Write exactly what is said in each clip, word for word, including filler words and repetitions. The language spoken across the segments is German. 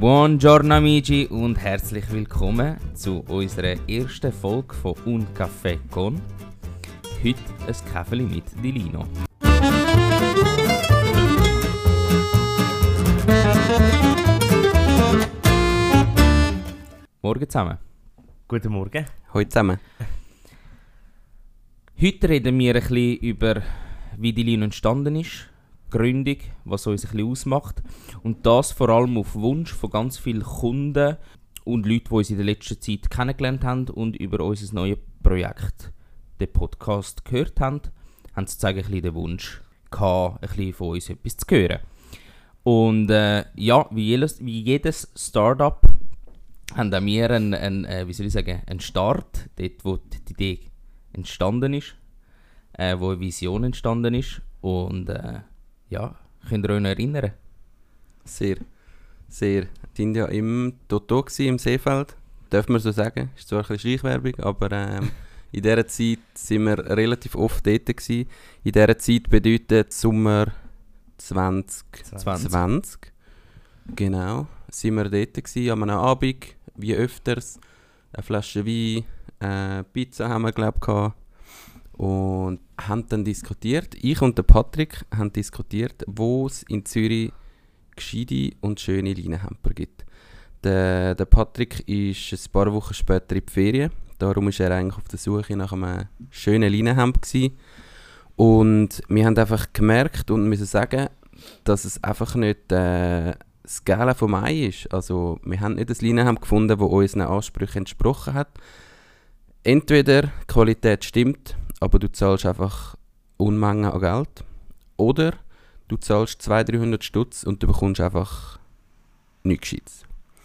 Buongiorno amici und herzlich willkommen zu unserer ersten Folge von Un Café con. Heute ein Käferli mit Dilino. Morgen zusammen. Guten Morgen. Hallo zusammen. Heute reden wir ein bisschen über, wie Dilino entstanden ist, Gründung, was uns ein bisschen ausmacht. Und das vor allem auf Wunsch von ganz vielen Kunden und Leuten, die uns in der letzten Zeit kennengelernt haben und über unser neues Projekt, den Podcast, gehört haben, haben sie sozusagen ein bisschen den Wunsch gehabt, ein bisschen von uns etwas zu hören. Und äh, ja, wie jedes, wie jedes Startup haben auch wir einen, einen, äh, wie soll ich sagen, einen Start, dort wo die Idee entstanden ist, äh, wo eine Vision entstanden ist. Und äh, ja, könnt ihr euch noch erinnern? Sehr, sehr. Wir waren ja im Toto im Seefeld, darf man so sagen. Ist zwar ein bisschen Schleichwerbung, aber ähm, in dieser Zeit waren wir relativ oft dort gewesen. In dieser Zeit bedeutet Sommer zwanzig zwanzig. Genau, sind wir dort gewesen, an einem Abend, wie öfters. Eine Flasche Wein, äh, Pizza haben wir, glaube ich, gehabt. Und haben dann diskutiert, ich und der Patrick haben diskutiert, wo es in Zürich gescheite und schöne Leinenhemper gibt. Der, der Patrick ist ein paar Wochen später in die Ferien, darum war er eigentlich auf der Suche nach einem schönen Leinenhemd gewesen. Und wir haben einfach gemerkt und müssen sagen, dass es einfach nicht äh, das Gelbe vom Ei ist. Also wir haben nicht ein Leinenhemd gefunden, das unseren Ansprüchen entsprochen hat. Entweder die Qualität stimmt, aber du zahlst einfach Unmengen an Geld. Oder du zahlst zweihundert bis dreihundert Stutz und du bekommst einfach nichts Gescheites.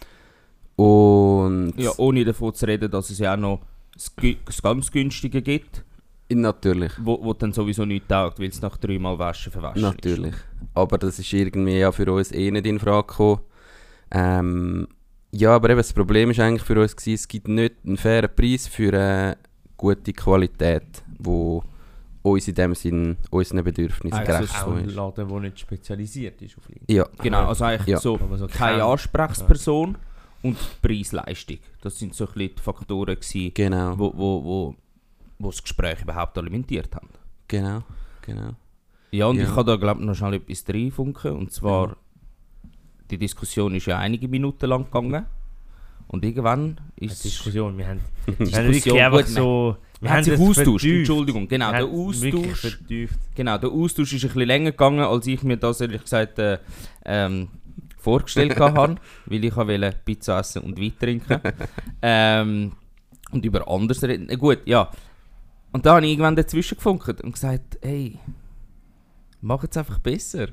Und Ja, ohne davon zu reden, dass es ja auch noch das, Gü- das ganz Günstige gibt, natürlich, wo, wo dann sowieso nicht taugt, weil es nach dreimal Waschen verwaschen natürlich. Aber das ist irgendwie ja für uns eh nicht in Frage gekommen. Ähm, ja, aber eben das Problem ist eigentlich für uns gewesen, es gibt nicht einen fairen Preis für eine gute Qualität, wo uns in dem Sinn unseren Bedürfnissen Also gerecht Auch ein ist. Laden, der nicht spezialisiert ist auf Lean. Ja, Genau, also eigentlich Ja. so Aber so keine kein- Ansprechperson und die Preis-Leistung. Das sind so ein bisschen die Faktoren gewesen, genau, wo, wo, wo, wo das Gespräch überhaupt alimentiert haben. genau, genau. Ja, und Ja. ich kann da glaube ich noch schnell etwas reinfunken. Und zwar, Mhm. die Diskussion ist ja einige Minuten lang gegangen. Und irgendwann Eine ist Diskussion. Wir haben, wir haben Diskussion wirklich einfach gut, so... wir haben sich das austauscht. vertieft. Entschuldigung, genau, Wir der haben es wirklich Austausch. vertieft. Genau, der Austausch ist ein bisschen länger gegangen, als ich mir das ehrlich gesagt äh, ähm, vorgestellt habe, weil ich wollte Pizza essen und Wein trinken. ähm, und über anderes reden. Äh, gut, ja. Und da habe ich irgendwann dazwischen gefunkt und gesagt, hey, mach es einfach besser.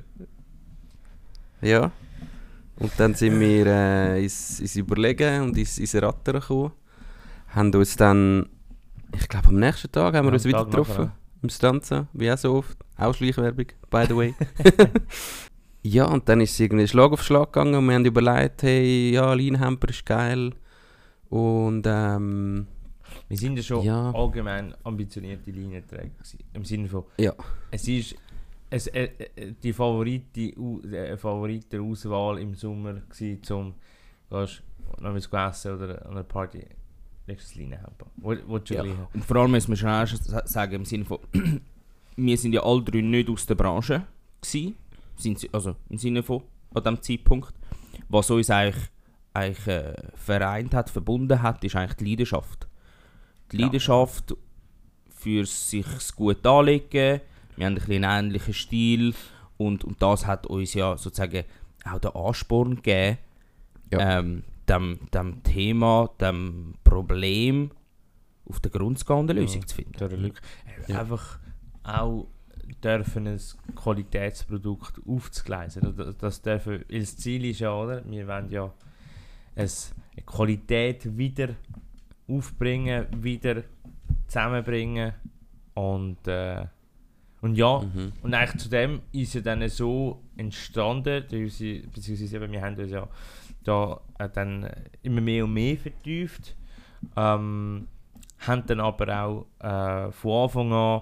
Ja. Und dann sind wir äh, ins, ins Überlegen und ins, ins Rattern gekommen. Haben uns dann, ich glaube am nächsten Tag haben wir Am uns wieder Tag getroffen. nachher, Im Stanza, wie auch so oft. Auch Schleichwerbung, by the way. Ja, und dann ist es irgendwie Schlag auf Schlag gegangen und wir haben überlegt, hey, ja, Leinenhemper ist geil. Und ähm, Wir sind ja schon Ja. allgemein ambitionierte Linienträger gewesen. Im Sinne von... Ja. Es ist... Es, äh, äh, die Favorite, äh, Favoritenauswahl im Sommer war, zum... Gehst noch etwas essen oder an einer Party... Legst du das Leinenhemper. Willst du Ja. gleich haben? Und vor allem müssen wir schon auch sa- sagen, im Sinne von, wir sind ja alle drei nicht aus der Branche gewesen, sind sie, also im Sinne von, an diesem Zeitpunkt. Was uns eigentlich, eigentlich äh, vereint hat, verbunden hat, ist eigentlich die Leidenschaft. Die Ja. Leidenschaft für sich gut anlegen, wir haben ein bisschen einen ähnlichen Stil und, und das hat uns ja sozusagen auch den Ansporn gegeben, Ja. ähm, dem, dem Thema, dem Problem auf den Grund zu gehen und eine Lösung Ja, zu finden. durch eine Lücke. Äh, Ja. Einfach auch dürfen ein Qualitätsprodukt aufzugleisen. Das, das dürfen, weil das Ziel ist ja, oder? Wir wollen ja es, eine Qualität wieder aufbringen, wieder zusammenbringen und, äh, und ja, mhm. und eigentlich zu dem ist ja dann so entstanden, beziehungsweise eben, wir haben uns ja da äh, dann immer mehr und mehr vertieft, ähm, haben dann aber auch äh, von Anfang an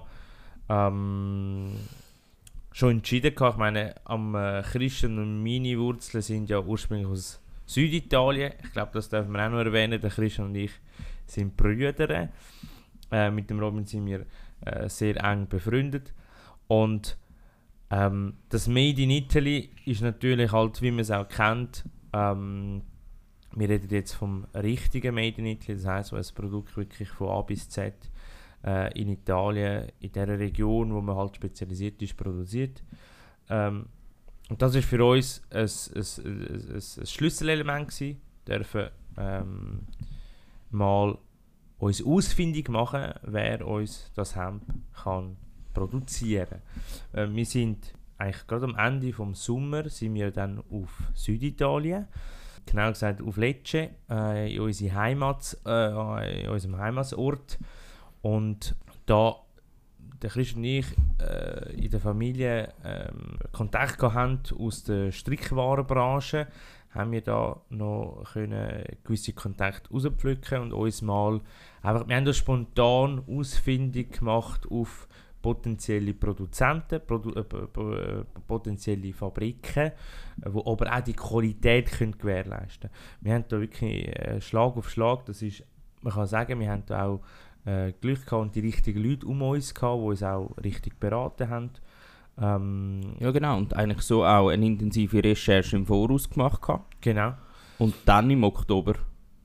ähm, schon entschieden gehabt. Ich meine, am äh, Christian und meine Wurzeln sind ja ursprünglich aus Süditalien. Ich glaube, das dürfen wir auch noch erwähnen. Der Christian und ich sind Brüder. Äh, mit dem Robin sind wir äh, sehr eng befreundet. Und ähm, das Made in Italy ist natürlich halt, wie man es auch kennt, ähm, wir reden jetzt vom richtigen Made in Italy, das heisst, wo ein Produkt wirklich von A bis Z äh, in Italien, in der Region, wo man halt spezialisiert ist, produziert. Ähm, und das war für uns ein, ein, ein, ein Schlüsselelement gewesen, dürfen ähm, mal uns ausfindig machen, wer uns das Hemd kann produzieren. Äh, wir sind eigentlich gerade am Ende des Sommers sind wir dann auf Süditalien, genau gesagt auf Lecce, äh, in, unsere Heimat, äh, in unserem Heimatsort. Und da der Christian und ich äh, in der Familie ähm, Kontakt hatten aus der Strickwarenbranche, haben wir da noch können gewisse Kontakte rauspflücken und uns mal einfach, wir haben das spontan ausfindig gemacht auf potenzielle Produzenten, Produ- äh, potenzielle Fabriken, die aber auch die Qualität können gewährleisten können. Wir haben da wirklich äh, Schlag auf Schlag, das ist, man kann sagen, wir haben da auch äh, Glück gehabt und die richtigen Leute um uns gehabt, die uns auch richtig beraten haben. Ähm, Ja genau, und eigentlich so auch eine intensive Recherche im Voraus gemacht gehabt. Genau. Und dann im Oktober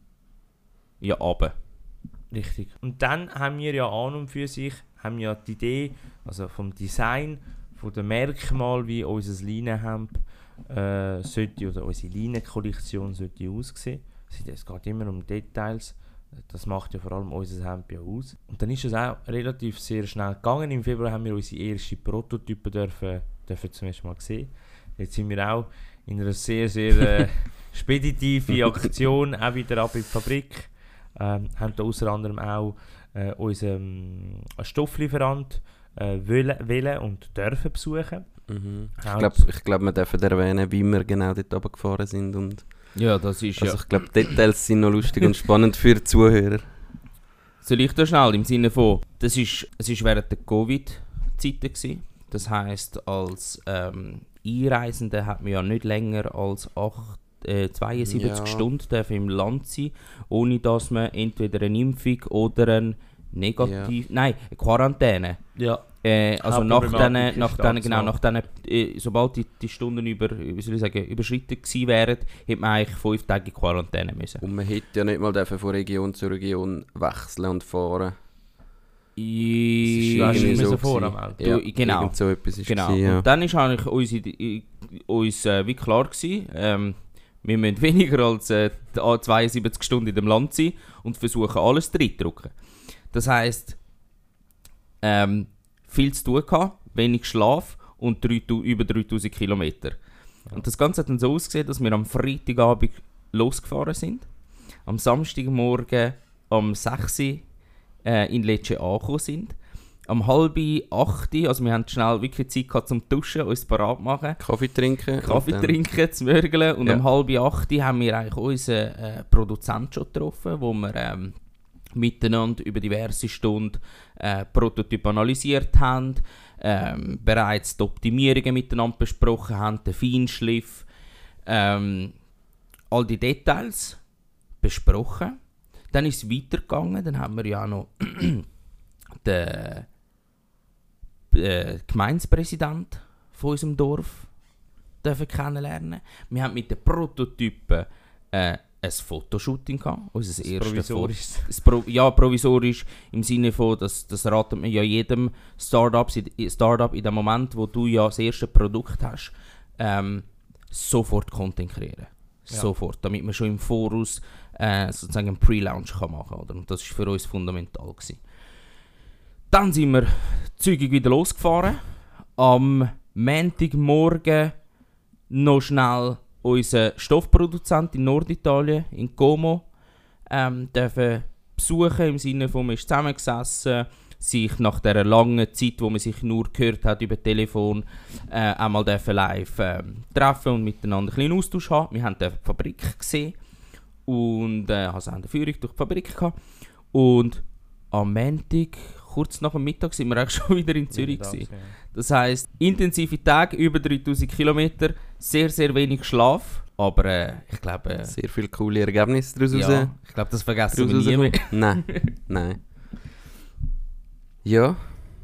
ja runter. Richtig. Und dann haben wir ja an und für sich haben ja die Idee, also vom Design, von dem Merkmal, wie unser Leinenhemd äh, sollte, oder unsere Leinenkollektion sollte aussehen. Es geht immer um Details. Das macht ja vor allem unser Hemd ja aus. Und dann ist es auch relativ sehr schnell gegangen. Im Februar haben wir unsere ersten Prototypen dürfen, dürfen zum ersten Mal sehen. Jetzt sind wir auch in einer sehr, sehr äh, speditive Aktion auch wieder ab in die Fabrik. Ähm, haben da unter anderem auch äh, unseren Stofflieferant äh, wollen, wollen und dürfen besuchen. Mhm. Ich glaube, ich glaub, wir dürfen erwähnen, wie wir genau dort oben gefahren sind. Und Ja, das ist also ja... ich glaube, Details sind noch lustig und spannend für die Zuhörer. Soll ich da schnell im Sinne von, das ist, es ist während der Covid-Zeiten gewesen. Das heisst, als ähm, Einreisende hat man ja nicht länger als acht, äh, zweiundsiebzig Ja. Stunden dürfen im Land sein, ohne dass man entweder eine Impfung oder ein Negativ... Nein, eine Quarantäne. Ja. Äh, also nach Hauptproblematik diesen, nach ist diesen, das genau, so. nach diesen, äh, sobald die, die Stunden über, wie soll ich sagen, überschritten gewesen wären, hätte man eigentlich fünf Tage in Quarantäne müssen. Und man hätte ja nicht mal dürfen von Region zu Region wechseln und fahren. I- Du hast irgendwie dich so müssen voranmelden. Du- Ja, genau. irgend so etwas ist Genau. gewesen, ja. Und dann ist eigentlich uns, uns äh, wie klar gewesen, ähm, wir müssen weniger als äh, zweiundsiebzig Stunden in dem Land sein und versuchen alles reinzudrücken. Das heisst, ähm, viel zu tun gehabt, wenig Schlaf und drei, über dreitausend Kilometer. Und das Ganze hat dann so ausgesehen, dass wir am Freitagabend losgefahren sind, am Samstagmorgen um sechs Uhr äh, in Lecce angekommen sind, am halb acht, also wir haben schnell wirklich Zeit gehabt zum Duschen, uns parat machen, Kaffee trinken. Kaffee und dann- trinken, zu mörgeln und Ja. um halb acht haben wir eigentlich unseren äh, Produzenten schon getroffen, wo wir ähm, miteinander über diverse Stunden äh, Prototypen analysiert haben, ähm, bereits die Optimierungen miteinander besprochen haben, den Feinschliff, ähm, all die Details besprochen. Dann ist es weitergegangen, dann haben wir ja auch noch den äh, Gemeindepräsident von unserem Dorf dürfen kennenlernen. Wir haben mit den Prototypen äh, ein Fotoshooting gehabt, unser erstes Foto. Das Pro- ja, provisorisch im Sinne von, dass das ratet man ja jedem Startup, Startup in dem Moment, wo du ja das erste Produkt hast, ähm, sofort Content kreieren. Ja. Sofort, damit man schon im Voraus äh, sozusagen einen Pre-Launch kann machen kann. Oder? Und das war für uns fundamental gewesen. Dann sind wir zügig wieder losgefahren. Am Montagmorgen noch schnell unseren Stoffproduzent in Norditalien, in Como, ähm, dürfen besuchen, im Sinne von, man ist zusammengesessen, sich nach dieser langen Zeit, wo man sich nur gehört hat über Telefon, äh, einmal dürfen live äh, treffen und miteinander einen kleinen Austausch haben. Wir haben die Fabrik gesehen und äh, also haben eine Führung durch die Fabrik gehabt. Und am Montag, kurz nach dem Mittag, sind wir eigentlich schon wieder in Zürich gewesen. Das heisst, intensive Tage, über dreitausend Kilometer, sehr, sehr wenig Schlaf. Aber äh, ich glaube... Äh, Sehr viele coole Ergebnisse daraus ja, raus. ich glaube, das vergessen daraus wir nie mehr. Nein, nein. Ja.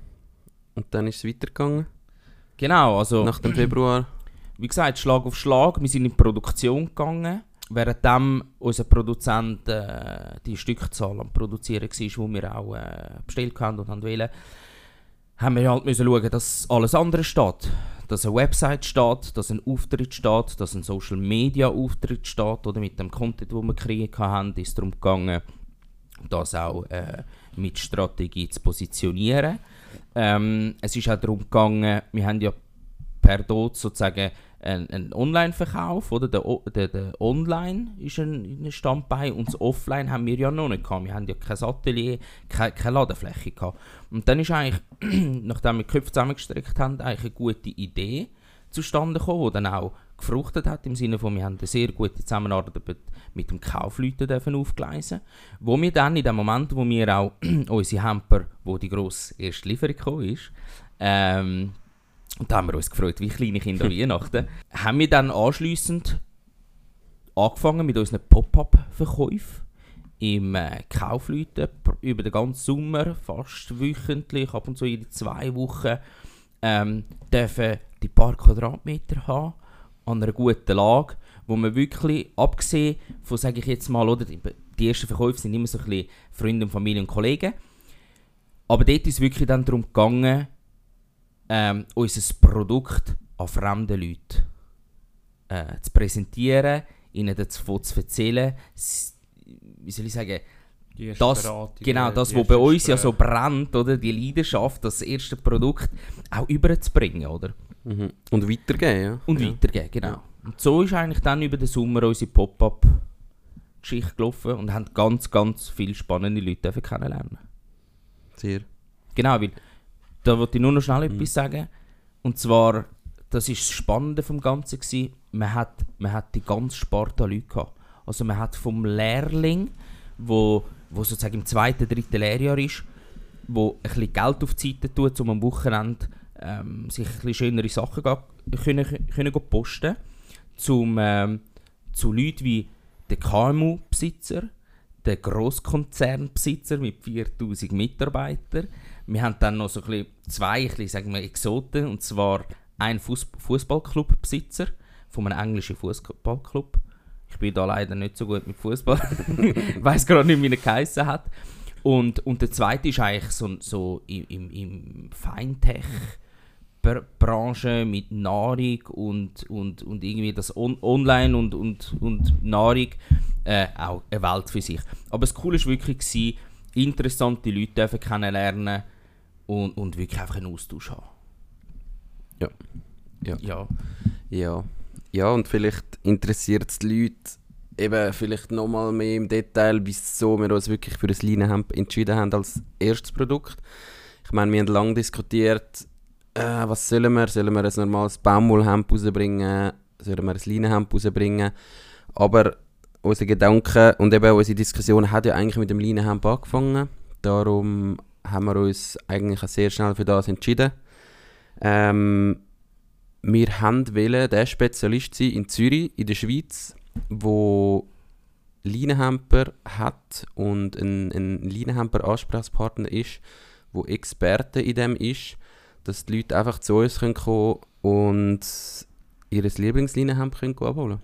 Und dann ist es weitergegangen. Genau, also... Nach dem Februar. Wie gesagt, Schlag auf Schlag. Wir sind in die Produktion gegangen. Währenddem unser Produzent äh, die Stückzahl am Produzieren war, die wir auch äh, bestellt haben und haben wollen, haben wir halt müssen schauen, dass alles andere steht. Dass eine Website steht, dass ein Auftritt steht, dass ein Social Media Auftritt steht. Oder mit dem Content, den wir gekriegt haben, ist es darum gegangen, das auch äh, mit Strategie zu positionieren. Ähm, es ist auch darum gegangen, wir haben ja per dort sozusagen einen, einen Online-Verkauf, oder? Der, der, der Online ist ein, ein Standbein und das Offline haben wir ja noch nicht gehabt. Wir haben ja kein Atelier, keine, keine Ladefläche gehabt. Und dann ist eigentlich, nachdem wir die Köpfe zusammengestreckt haben, eigentlich eine gute Idee zustande gekommen, die dann auch gefruchtet hat, im Sinne von, wir haben eine sehr gute Zusammenarbeit mit dem Kaufleuten dürfen aufgleisen, wo wir dann in dem Moment, wo wir auch unsere Hamper, wo die grosse erste Lieferung gekommen ist, ähm, und da haben wir uns gefreut, wie kleine Kinder Weihnachten, haben wir dann anschliessend angefangen mit unseren Pop-up-Verkäufen im äh, Kaufleuten über den ganzen Sommer, fast wöchentlich, ab und zu jede zwei Wochen, ähm, dürfen die paar Quadratmeter haben, an einer guten Lage, wo man wirklich, abgesehen von, sage ich jetzt mal, oder, die, die ersten Verkäufe sind immer so ein bisschen Freunde, Familie und Kollegen, aber dort ist es wirklich dann darum gegangen, ähm, unser Produkt an fremde Leute äh, zu präsentieren, ihnen davon zu erzählen, wie soll ich sagen, das, genau, das, was bei uns ja so brennt, oder, die Leidenschaft, das erste Produkt auch überzubringen, oder? Mhm. Und weitergeben, ja. Und ja. weitergeben, genau. Ja. Und so ist eigentlich dann über den Sommer unsere Pop-Up-Geschichte gelaufen und haben ganz, ganz viele spannende Leute kennenlernen. Sehr. Genau, weil da wollte ich nur noch schnell mhm. etwas sagen. Und zwar, das ist das Spannende vom Ganzen gewesen, man hat, man hat die ganze Sparte Leute gehabt. Also man hat vom Lehrling, wo, wo sozusagen im zweiten, dritten Lehrjahr ist, wo ein bisschen Geld auf die Seite tut, um am Wochenende ähm, sich ein bisschen schönere Sachen ga, können, können posten, zum, ähm, zu Leuten wie der K M U-Besitzer, der Grosskonzernbesitzer mit viertausend Mitarbeitern. Wir haben dann noch so ein bisschen zwei ein bisschen, sagen wir, Exoten, und zwar ein Fußballclub-Besitzer von einem englischen Fußballclub. Ich bin da leider nicht so gut mit Fußball. Ich weiss gerade nicht, wie er geheissen hat. Und, und der zweite ist eigentlich so, so im, im Fintech-Branche mit Nahrung und, und, und irgendwie das On- Online und, und, und Nahrung äh, auch eine Welt für sich. Aber das Coole war wirklich, gewesen, interessante Leute dürfen kennenlernen und, und wirklich einfach einen Austausch haben. Ja. Ja. Ja. Ja. Ja, und vielleicht interessiert es die Leute eben vielleicht nochmal mehr im Detail, wieso wir uns wirklich für das Leinenhemd entschieden haben als erstes Produkt. Ich meine, wir haben lange diskutiert, äh, was sollen wir? Sollen wir ein normales Baumwollhemd rausbringen? Sollen wir ein Leinenhemd rausbringen? Aber unsere Gedanken und eben unsere Diskussion hat ja eigentlich mit dem Leinenhemd angefangen. Darum haben wir uns eigentlich sehr schnell für das entschieden. Ähm, wir wollten der Spezialist sein in Zürich, in der Schweiz, wo Leinenhemper hat und ein, ein Leinenhemper-Ansprechpartner ist, der Experte in dem ist, dass die Leute einfach zu uns kommen können und ihr Lieblingsleinenhemd abholen können.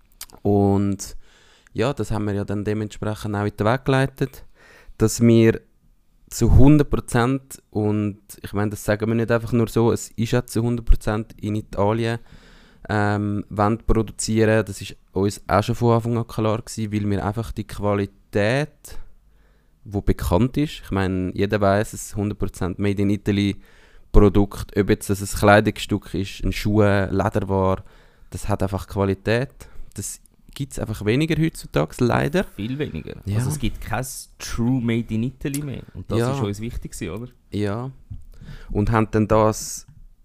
Und ja, das haben wir ja dann dementsprechend auch in den Weg geleitet, dass wir zu hundert Prozent, und ich meine, das sagen wir nicht einfach nur so, es ist ja zu hundert Prozent in Italien ähm, wollen produzieren. Das ist uns auch schon von Anfang an klar gewesen, weil wir einfach die Qualität, die bekannt ist, ich meine, jeder weiß, es ist hundert Prozent Made in Italy Produkt, ob jetzt das ein Kleidungsstück ist, ein Schuh, Lederware, das hat einfach Qualität. Das gibt es einfach weniger heutzutage, leider. Viel weniger. Ja. Also es gibt kein True Made in Italy mehr. Und das ja. ist uns wichtig gewesen, oder? Ja. Und haben dann das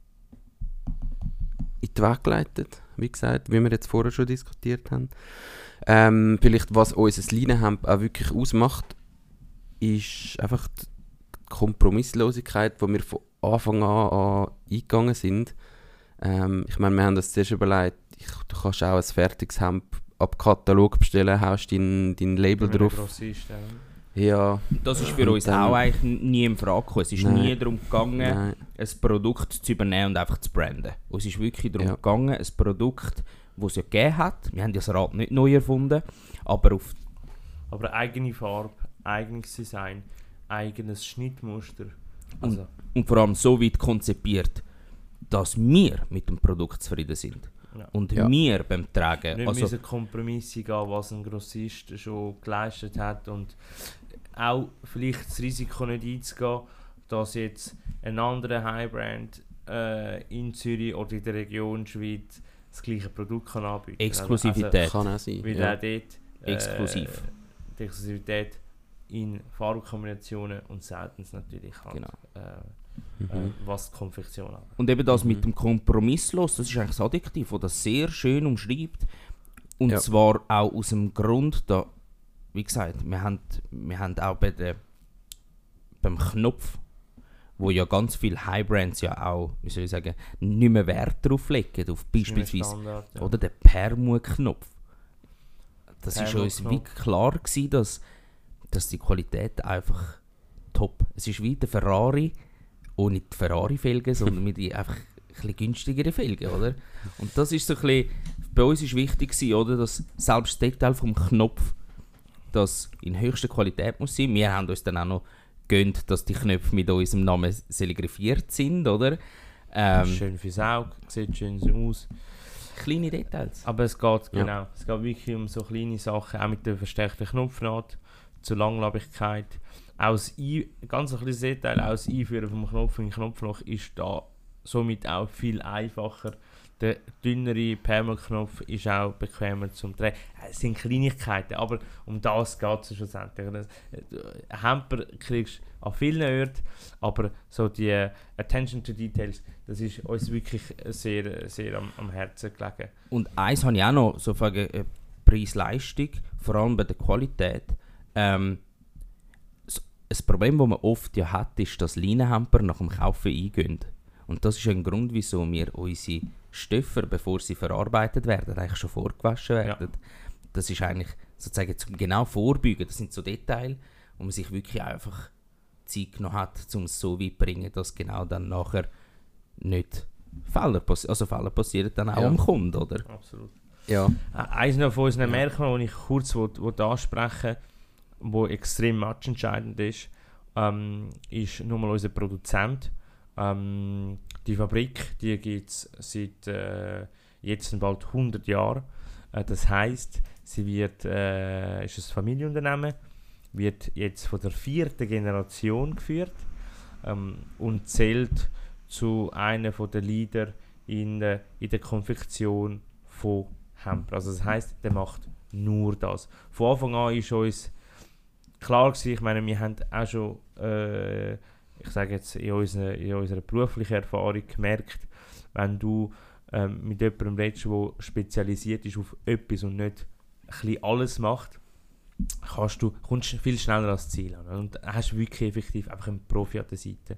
in die Weg geleitet, wie gesagt, wie wir jetzt vorher schon diskutiert haben. Ähm, vielleicht, was unser Leinenhemd auch wirklich ausmacht, ist einfach die Kompromisslosigkeit, die wir von Anfang an, an eingegangen sind. Ähm, ich meine, wir haben uns zuerst überlegt, ich, du kannst auch ein fertiges Hemd ab Katalog bestellen, haust dein, dein Label Für einen drauf. Grossisten. Ja, Das ist für Und uns dann- auch eigentlich nie in Frage gekommen. Es ist Nein. nie darum gegangen, nein, ein Produkt zu übernehmen und einfach zu branden. Uns ist wirklich darum Ja. gegangen, ein Produkt, das es ja gegeben hat. Wir haben ja das Rad nicht neu erfunden, aber auf Aber eigene Farbe, eigenes Design, eigenes Schnittmuster. Also, und vor allem so weit konzipiert, dass wir mit dem Produkt zufrieden sind. Ja. Und Ja. wir beim Tragen. nicht Also, müssen Kompromisse gehen, was ein Grossist schon geleistet hat und auch vielleicht das Risiko nicht einzugehen, dass jetzt ein anderer Highbrand äh, in Zürich oder in der Region Schweiz das gleiche Produkt kann anbieten. Exklusivität. kann auch sein. Also, weil Ja. auch dort äh, Exklusiv. die Exklusivität in Farbkombinationen und selten natürlich halt, Genau. äh, Mhm. äh, was die Konfektion anbelangt. Und eben das Mhm. mit dem Kompromisslos, das ist eigentlich das Adjektiv, das das sehr schön umschreibt. Und Ja. zwar auch aus dem Grund, da, wie gesagt, wir haben, wir haben auch bei der, beim Knopf, wo ja ganz viele Highbrands ja auch, wie soll ich sagen, nicht mehr Wert drauf legen, auf beispielsweise, Standard, ja. oder der Permu-Knopf. Das war uns wie Permu-Knopf. klar gewesen, dass, dass die Qualität einfach top. Es ist wie der Ferrari, ohne die Ferrari-Felgen, sondern mit die einfach ein bisschen günstigeren Felgen, oder? Und das ist so ein bisschen, bei uns ist wichtig gewesen, oder, dass selbst das Detail vom Knopf, das in höchster Qualität muss sein. Wir haben uns dann auch noch gönnt, dass die Knöpfe mit unserem Namen serigrafiert sind, oder? Ähm, Schön fürs Auge, sieht schön aus. kleine Details. Aber es geht, Ja. genau, es geht wirklich um so kleine Sachen, auch mit der verstärkten Knopfnaht, zur Langlebigkeit. Auch das Ein- ganz ein kleines Detail, auch das Einführen vom Knopf in den Knopfloch ist da somit auch viel einfacher. Der dünnere Perma-Knopf ist auch bequemer zum Drehen. Es sind Kleinigkeiten, aber um das geht es schlussendlich. Das- Ein Hamper kriegst du an vielen Orten, aber so die äh, Attention to Details, das ist uns wirklich sehr, sehr am, am Herzen gelegen. Und eins habe ich auch noch, so von äh, Preis-Leistung, vor allem bei der Qualität. Ähm, so, ein Problem, das man oft ja hat, ist, dass Leinenhamper nach dem Kaufen eingehen. Und das ist ein Grund, wieso wir unsere Stoffe, bevor sie verarbeitet werden, eigentlich schon vorgewaschen werden. Das ist eigentlich sozusagen zum genau vorbeugen. Das sind so Details, wo man sich wirklich einfach Zeit genommen hat, um es so weit zu bringen, dass genau dann nachher nicht Fehler passieren. Also Fehler passieren dann auch Ja. am Kunden, oder? Absolut. Ja, Äh, Eines noch von unseren Merkmalen, die ich kurz will, will ansprechen will, wo extrem matchentscheidend ist, ähm, ist nochmal unser Produzent. Ähm, die Fabrik, die gibt es seit äh, jetzt bald hundert Jahren. Äh, das heisst, sie wird, äh, ist ein Familienunternehmen, wird jetzt von der vierten Generation geführt ähm, und zählt zu einer der Leader in der, in der Konfektion von Hemd. Also das heisst, der macht nur das. Von Anfang an ist uns klar gewesen, ich meine, wir haben auch schon, äh, ich sage jetzt in unserer, in unserer beruflichen Erfahrung gemerkt, wenn du ähm, mit jemandem redest, der spezialisiert ist auf etwas und nicht ein bisschen alles macht, kannst du, kommst du viel schneller ans Ziel an. Und hast wirklich effektiv einfach einen Profi an der Seite.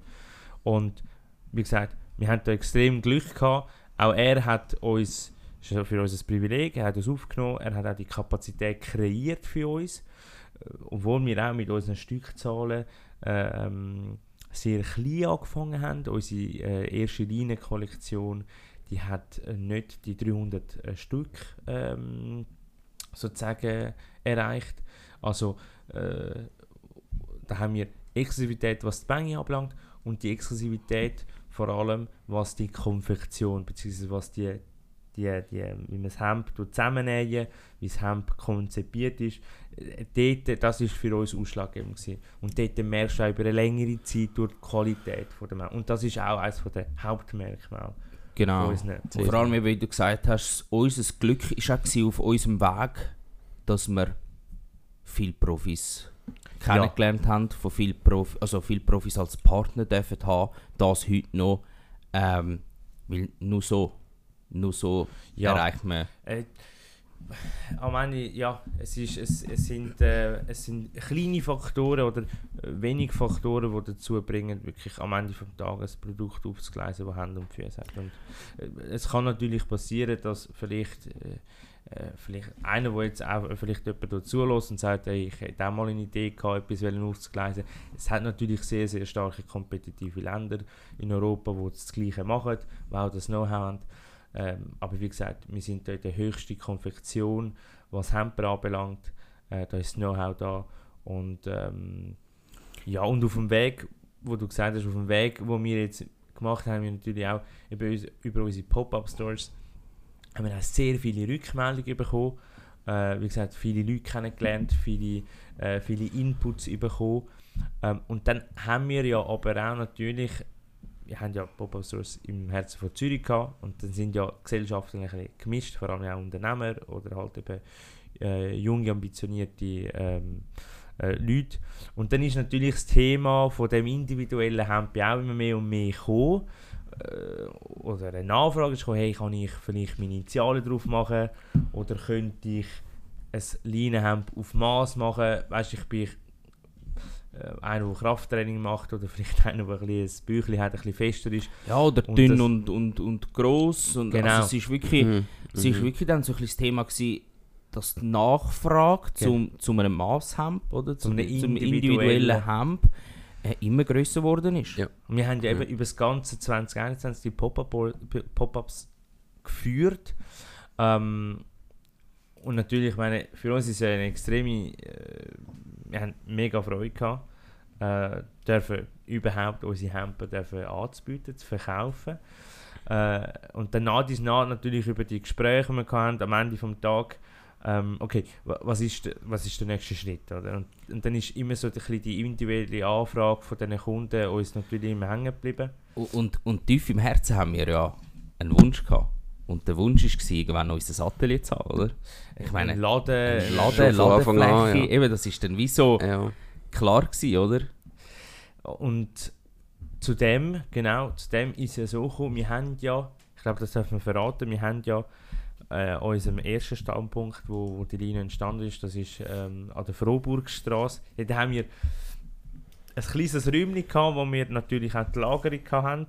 Und wie gesagt, wir haben da extrem Glück gehabt. Auch er hat uns, das ist für uns ein Privileg, er hat uns aufgenommen, er hat auch die Kapazität kreiert für uns, äh, obwohl wir auch mit unseren Stückzahlen äh, ähm, sehr klein angefangen haben. Unsere äh, erste Linienkollektion, die hat äh, nicht die dreihundert äh, Stück ähm, sozusagen erreicht. Also äh, da haben wir Exklusivität, was die Menge anbelangt, und die Exklusivität vor allem, was die Konfektion bzw. was die, die, die, wie man das Hemd zusammennähen, wie das Hemd konzipiert ist, äh, dort, das ist für uns ausschlaggebend gewesen. Und dort merkst du auch über eine längere Zeit durch die Qualität von dem Hemd. Und das ist auch eines der Hauptmerkmale Genau. von unseren. Und vor allem, wie du gesagt hast, unser Glück war auch auf unserem Weg, dass wir viele Profis kennengelernt haben, von viel Profi, also viele Profis als Partner dürfen haben, das heute noch, ähm, weil nur so, nur so Ja. erreicht man. Äh, am Ende, ja, es, ist, es, es, sind, äh, es sind kleine Faktoren oder äh, wenige Faktoren, die dazu bringen, wirklich am Ende des Tages ein Produkt aufzugleisen, das Hände und Füße hat. Und, äh, es kann natürlich passieren, dass vielleicht, äh, äh, vielleicht einer, der jetzt auch vielleicht jemand zulässt und sagt, hey, ich hätte auch mal eine Idee gehabt, etwas aufzugleisen. Es hat natürlich sehr, sehr starke kompetitive Länder in Europa, die das Gleiche machen, die auch das Know-how haben. Ähm, aber wie gesagt, wir sind dort die höchste Konfektion, was Hemper anbelangt. Äh, da ist das Know-how da. Und ähm, ja, und auf dem Weg, wo du gesagt hast, auf dem Weg, wo wir jetzt gemacht haben, haben wir natürlich auch über, uns, über unsere Pop-Up-Stores haben wir auch sehr viele Rückmeldungen bekommen. Äh, wie gesagt, viele Leute kennengelernt, viele, äh, viele Inputs bekommen. Ähm, und dann haben wir ja aber auch natürlich, wir haben ja Pop-Up-Stores im Herzen von Zürich gehabt und dann sind ja Gesellschaften ein bisschen gemischt, vor allem auch Unternehmer oder halt eben äh, junge, ambitionierte ähm, äh, Leute. Und dann ist natürlich das Thema von dem individuellen Hemd auch immer mehr und mehr gekommen. Äh, oder eine Nachfrage ist gekommen, hey, kann ich vielleicht meine Initialen drauf machen oder könnte ich ein Leinenhemd auf Maß machen? Weißt du, ich bin einer, der Krafttraining macht oder vielleicht einer, der ein, ein Bäuchchen hat, ein bisschen fester ist. Ja, oder und dünn das, und, und, und gross. Und genau. Also es ist wirklich, Mhm. es ist wirklich dann so ein bisschen das Thema gewesen, dass die Nachfrage Ja. zum, zum einem Masshemd oder zum, Zum zum individuellen individuellen Hemd äh, immer grösser geworden ist. Ja. Und wir haben ja Mhm. eben über das ganze zwanzig einundzwanzig die Pop-up, Pop-ups geführt. Ähm, und natürlich, ich meine, für uns ist es eine extreme, äh, wir haben mega Freude gehabt, äh, dürfen überhaupt unsere Hemper dürfen anzubieten, zu verkaufen. Äh, und dann nach dies nach natürlich über die Gespräche, die wir hatten, am Ende des Tages, ähm, okay, was ist, de, was ist der nächste Schritt? Oder? Und, und dann ist immer so ein bisschen die individuelle Anfrage von diesen Kunden uns natürlich immer hängen geblieben. Und, und, und tief im Herzen haben wir ja einen Wunsch gehabt. Und der Wunsch war, irgendwann unser Atelier zu haben, oder? Ich meine, Ein Laden, ein Laden, Laden, von Anfang an, Ladefläche, ja. eben, das ist dann wie so Ja. klar gewesen, oder? Und zu dem, genau, zu dem ist es so gekommen, wir haben ja, ich glaube, das dürfen wir verraten, wir haben ja äh, unserem ersten Standpunkt, wo, wo die Linie entstanden ist, das ist ähm, an der Frohburgstrasse. Ja, da haben wir ein kleines Räumchen gehabt, wo wir natürlich auch die Lagerung hatten,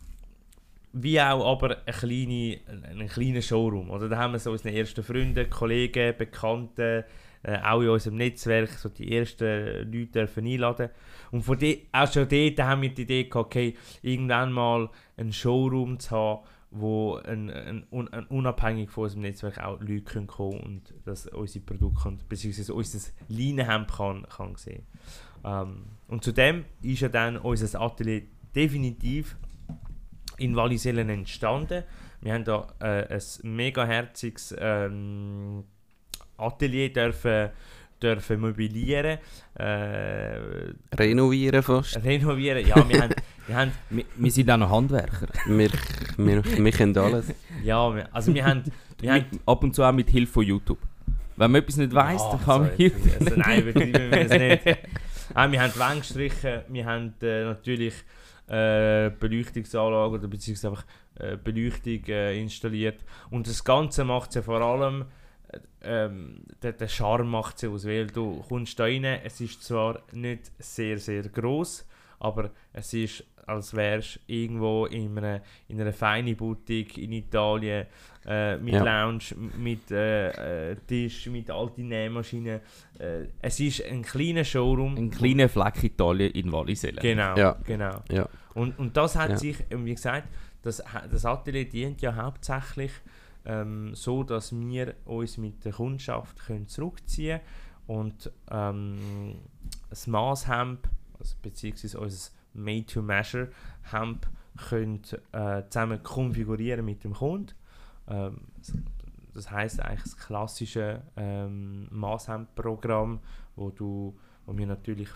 wie auch aber ein kleine, einen kleinen Showroom. Oder da haben wir so unsere ersten Freunde, Kollegen, Bekannte, äh, auch in unserem Netzwerk so die ersten Leute dürfen einladen. Und von de- auch schon dort haben wir die Idee gehabt, okay, irgendwann mal einen Showroom zu haben, wo ein, ein, un, ein unabhängig von unserem Netzwerk auch Leute können kommen und dass unsere Produkte bzw. unser Leinenhemd kann, kann sehen. Ähm, und zudem ist ja dann unser Atelier definitiv in Wallisellen entstanden. Wir haben da äh, ein mega herziges ähm, Atelier dürfen, dürfen mobilieren, äh, Renovieren fast. renovieren. Ja, wir haben, wir haben, Wir, wir sind auch noch Handwerker. wir, wir, wir können alles. ja, wir, also wir haben, wir haben Mit, ab und zu auch mit Hilfe von YouTube. Wenn man etwas nicht weiss, Ja, dann kann man so, Hilfe. also, nein, übertreiben wir es nicht. Ah, wir haben die Wände gestrichen, wir haben äh, natürlich äh, Beleuchtungsanlage oder beziehungsweise einfach äh, Beleuchtung äh, installiert. Und das Ganze macht ja vor allem, äh, ähm, der, der Charme macht es aus, weil du kommst da rein, es ist zwar nicht sehr, sehr gross, aber es ist, als wärst du irgendwo in einer, in einer feinen Boutique in Italien, äh, mit Ja. Lounge, mit äh, äh, Tisch, mit alten Nähmaschinen. Äh, es ist ein kleiner Showroom. Ein kleiner Fleck Italien in Wallisellen. Genau, Ja. genau. Ja. Und, und das hat Ja. sich, wie gesagt, das, das Atelier dient ja hauptsächlich ähm, so, dass wir uns mit der Kundschaft können zurückziehen und ähm, das Masshemd, also beziehungsweise unser Made-to-Measure-Hemd können äh, zusammen konfigurieren mit dem Kunden. Ähm, das heisst eigentlich das klassische ähm, Masshemd-Programm, wo du wo wir natürlich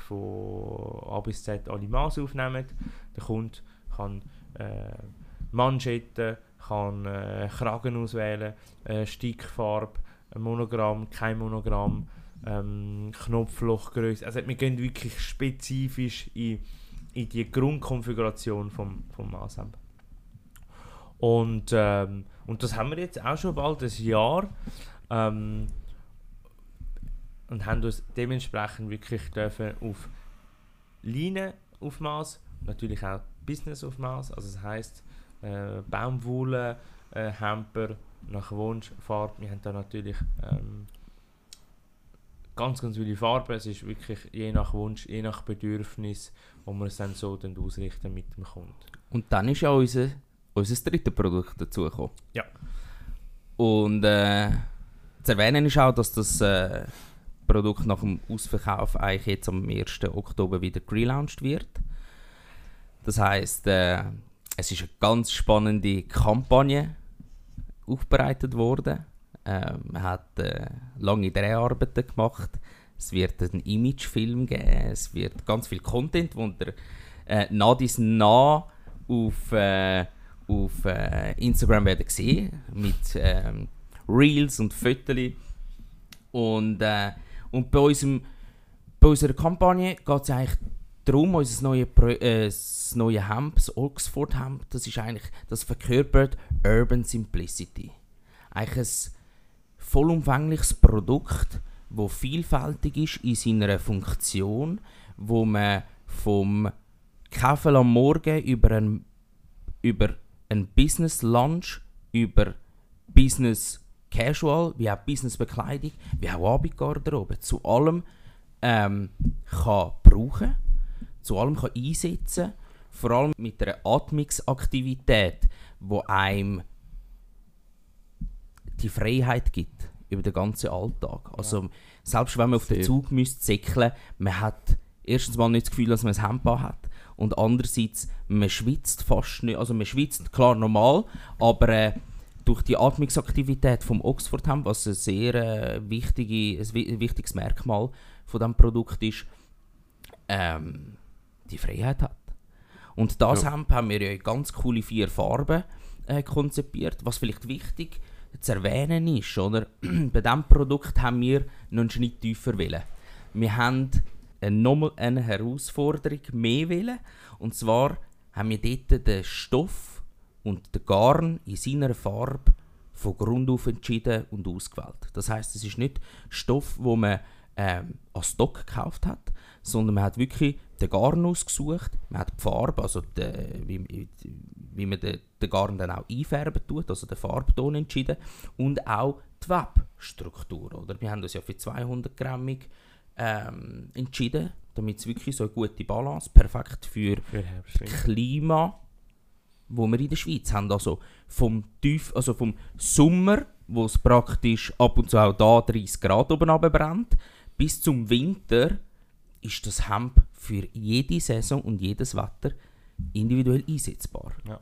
von A bis Z alle Maße aufnehmen. Der Kunde kann äh, Manschetten, kann äh, Kragen auswählen, äh, Stickfarbe, ein Monogramm, kein Monogramm, ähm, Knopflochgröße. Also wir gehen wirklich spezifisch in, in die Grundkonfiguration vom, vom Masshemd. Und, ähm, und das haben wir jetzt auch schon bald ein Jahr. Ähm, und haben uns dementsprechend wirklich dürfen auf Leinenaufmaß, natürlich auch Businessaufmaß, also das heisst äh, Baumwolle, äh, Hemper nach Wunsch, Farbe. Wir haben da natürlich ähm, ganz, ganz viele Farben. Es ist wirklich je nach Wunsch, je nach Bedürfnis, wo wir es dann so dann ausrichten mit dem Kunden. Und dann ist ja unser, unser drittes Produkt dazugekommen. Ja. Und äh, zu erwähnen ist auch, dass das äh, Produkt nach dem Ausverkauf eigentlich jetzt am ersten Oktober wieder gelauncht wird. Das heisst, äh, es ist eine ganz spannende Kampagne aufbereitet worden. Äh, man hat äh, lange Dreharbeiten gemacht. Es wird einen Imagefilm geben. Es wird ganz viel Content, wo der äh, nah dies nah auf, äh, auf äh, Instagram werden sehen mit ähm, Reels und Fotos. Und, äh, und bei, unserem, bei unserer Kampagne geht es eigentlich darum, unser neue Pro äh, das neue Hemd, das Oxford Hemd, das ist eigentlich, das verkörpert Urban Simplicity. Eigentlich ein vollumfängliches Produkt, das vielfältig ist in seiner Funktion, wo man vom Kaffee am Morgen über ein, über ein Business Lunch, über Business Casual, wie auch Business Bekleidung, wie auch Abendgarderobe, zu allem ähm, kann brauchen, zu allem kann einsetzen, vor allem mit einer Atmungsaktivität, die einem die Freiheit gibt über den ganzen Alltag. Also, selbst wenn man auf den Zug müsste säckeln, man hat erstens mal nicht das Gefühl, dass man ein Hemd hat und andererseits, man schwitzt fast nicht, also man schwitzt klar normal, aber äh, durch die Atmungsaktivität vom Oxford Hemd, was ein sehr äh, wichtige, ein wichtiges Merkmal von diesem Produkt ist, ähm, die Freiheit hat. Und das ja. Hemd haben wir ja in ganz coole vier Farben äh, konzipiert, was vielleicht wichtig zu erwähnen ist, oder? Bei diesem Produkt haben wir noch einen Schritt tiefer wollen. Wir haben eine, nochmal eine Herausforderung mehr wollen, und zwar haben wir dort den Stoff und den Garn in seiner Farbe von Grund auf entschieden und ausgewählt. Das heisst, es ist nicht Stoff, wo man ähm, als Stock gekauft hat, sondern man hat wirklich den Garn ausgesucht, man hat die Farbe, also die, wie, wie man den, den Garn dann auch einfärben tut, also den Farbton entschieden und auch die Webstruktur. Oder? Wir haben uns ja für zweihundert Grammig ähm, entschieden, damit es wirklich so eine gute Balance, perfekt für, für das Klima, wo wir in der Schweiz haben. Also vom, Tief, also vom Sommer, wo es praktisch ab und zu auch da dreißig Grad oben runterbrennt, bis zum Winter ist das Hemd für jede Saison und jedes Wetter individuell einsetzbar. Ja.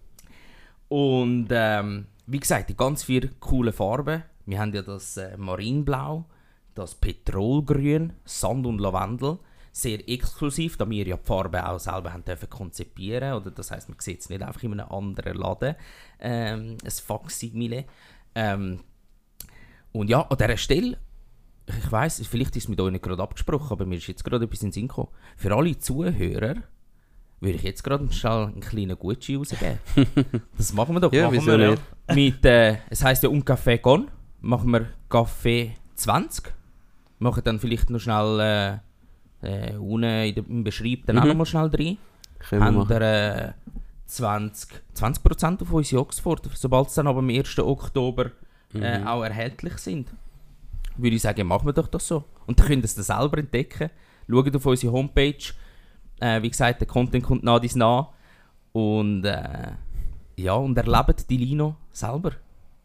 Und ähm, wie gesagt, die ganz vier coolen Farben. Wir haben ja das äh, Marinblau, das Petrolgrün, Sand und Lavendel. Sehr exklusiv, da wir ja die Farbe auch selber haben dürfen konzipieren. Oder das heisst, man sieht es nicht einfach in einem anderen Laden, ähm, ein Faksimile. Ähm, und ja, an dieser Stelle, ich weiss, vielleicht ist es mit euch nicht gerade abgesprochen, aber mir ist jetzt gerade etwas in den Sinn gekommen. Für alle Zuhörer würde ich jetzt gerade schnell einen kleinen Gutschein rausgeben. Das machen wir doch. Ja, machen wieso wir, nicht? Mit, äh, es heisst ja «Un Café con», machen wir Kaffee zwanzig. Machen dann vielleicht noch schnell äh, äh, unten in der, im Beschreib dann mhm. auch noch mal schnell rein. Haben wir äh, zwanzig Prozent auf unsere Oxford, sobald es dann aber am ersten Oktober äh, mhm. auch erhältlich sind. Würde ich sagen, machen wir doch das so. Und dann könnt ihr es dann selber entdecken. Schaut auf unsere Homepage. Äh, wie gesagt, der Content kommt nah dies nah. Und, äh, ja, und erlebt die Lino selber.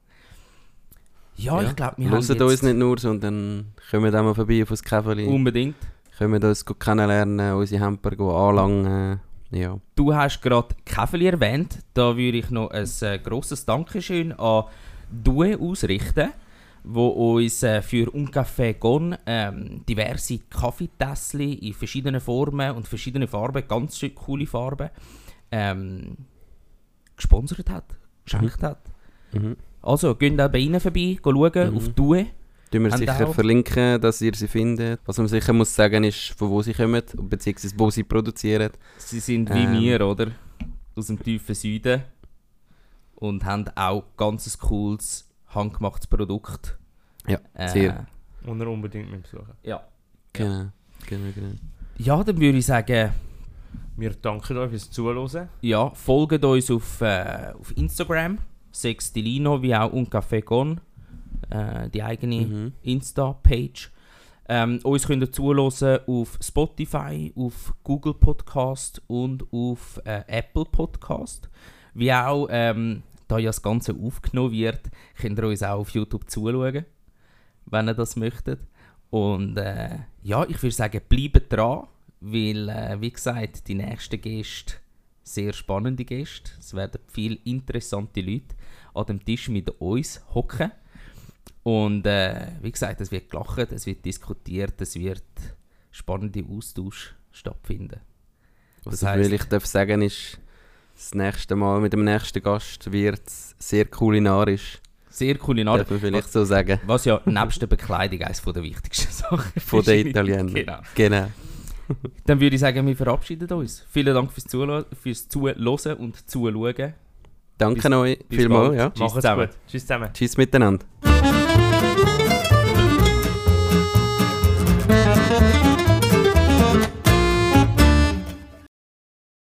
Ja, ja. ich glaube, wir Hört haben jetzt... uns nicht nur, sondern kommen auch mal vorbei auf das Käferli. Unbedingt. Können wir uns kennenlernen, unsere Hemper anlangen. Ja. Du hast gerade Käferli erwähnt. Da würde ich noch ein äh, grosses Dankeschön an Due ausrichten, wo uns äh, für «Un Café con» ähm, diverse Kaffeetässchen in verschiedenen Formen und verschiedenen Farben, ganz schön coole Farben, ähm, gesponsert hat, geschenkt mhm. hat. Mhm. Also, geht auch bei ihnen vorbei, schauen, mhm. auf Due. Tun wir sicher auch verlinken, dass ihr sie findet. Was man sicher muss sagen ist, von wo sie kommen, beziehungsweise wo sie produzieren. Sie sind wie ähm. wir, oder? Aus dem tiefen Süden. Und haben auch ganz ein cooles, handgemachtes Produkt. Ja, Äh, sehr. Und er unbedingt mit besuchen. Ja. Genau, genau, genau. Ja, dann würde ich sagen, Wir danken euch fürs Zuhören. ja, folgt uns auf, äh, auf Instagram, Sextilino, wie auch Uncafé Con, äh, die eigene Mhm. Insta-Page. Ähm, uns könnt ihr zuhören auf Spotify, auf Google Podcast und auf äh, Apple Podcast. Wie auch, ähm, da ja das Ganze aufgenommen wird, könnt ihr uns auch auf YouTube zuschauen, wenn ihr das möchtet. Und äh, ja, ich würde sagen, bleibt dran, weil, äh, wie gesagt, die nächsten Gäste, sehr spannende Gäste. Es werden viele interessante Leute an dem Tisch mit uns hocken. Und äh, wie gesagt, es wird gelacht, es wird diskutiert, es wird spannender Austausch stattfinden. Was Das ich heisst- vielleicht darf sagen ist, das nächste Mal mit dem nächsten Gast wird es sehr kulinarisch. Sehr kulinarisch. Darf man vielleicht so sagen. Was ja nebst der Bekleidung eines der wichtigsten Sachen Von den ist. Italienern. Genau. Genau. Dann würde ich sagen, wir verabschieden uns. Vielen Dank fürs Zuhören, fürs Zuhören und Zuschauen. Danke Bis- euch bis vielmals. bald. Ja. Tschüss Macht's zusammen. gut. Tschüss zusammen. Tschüss miteinander.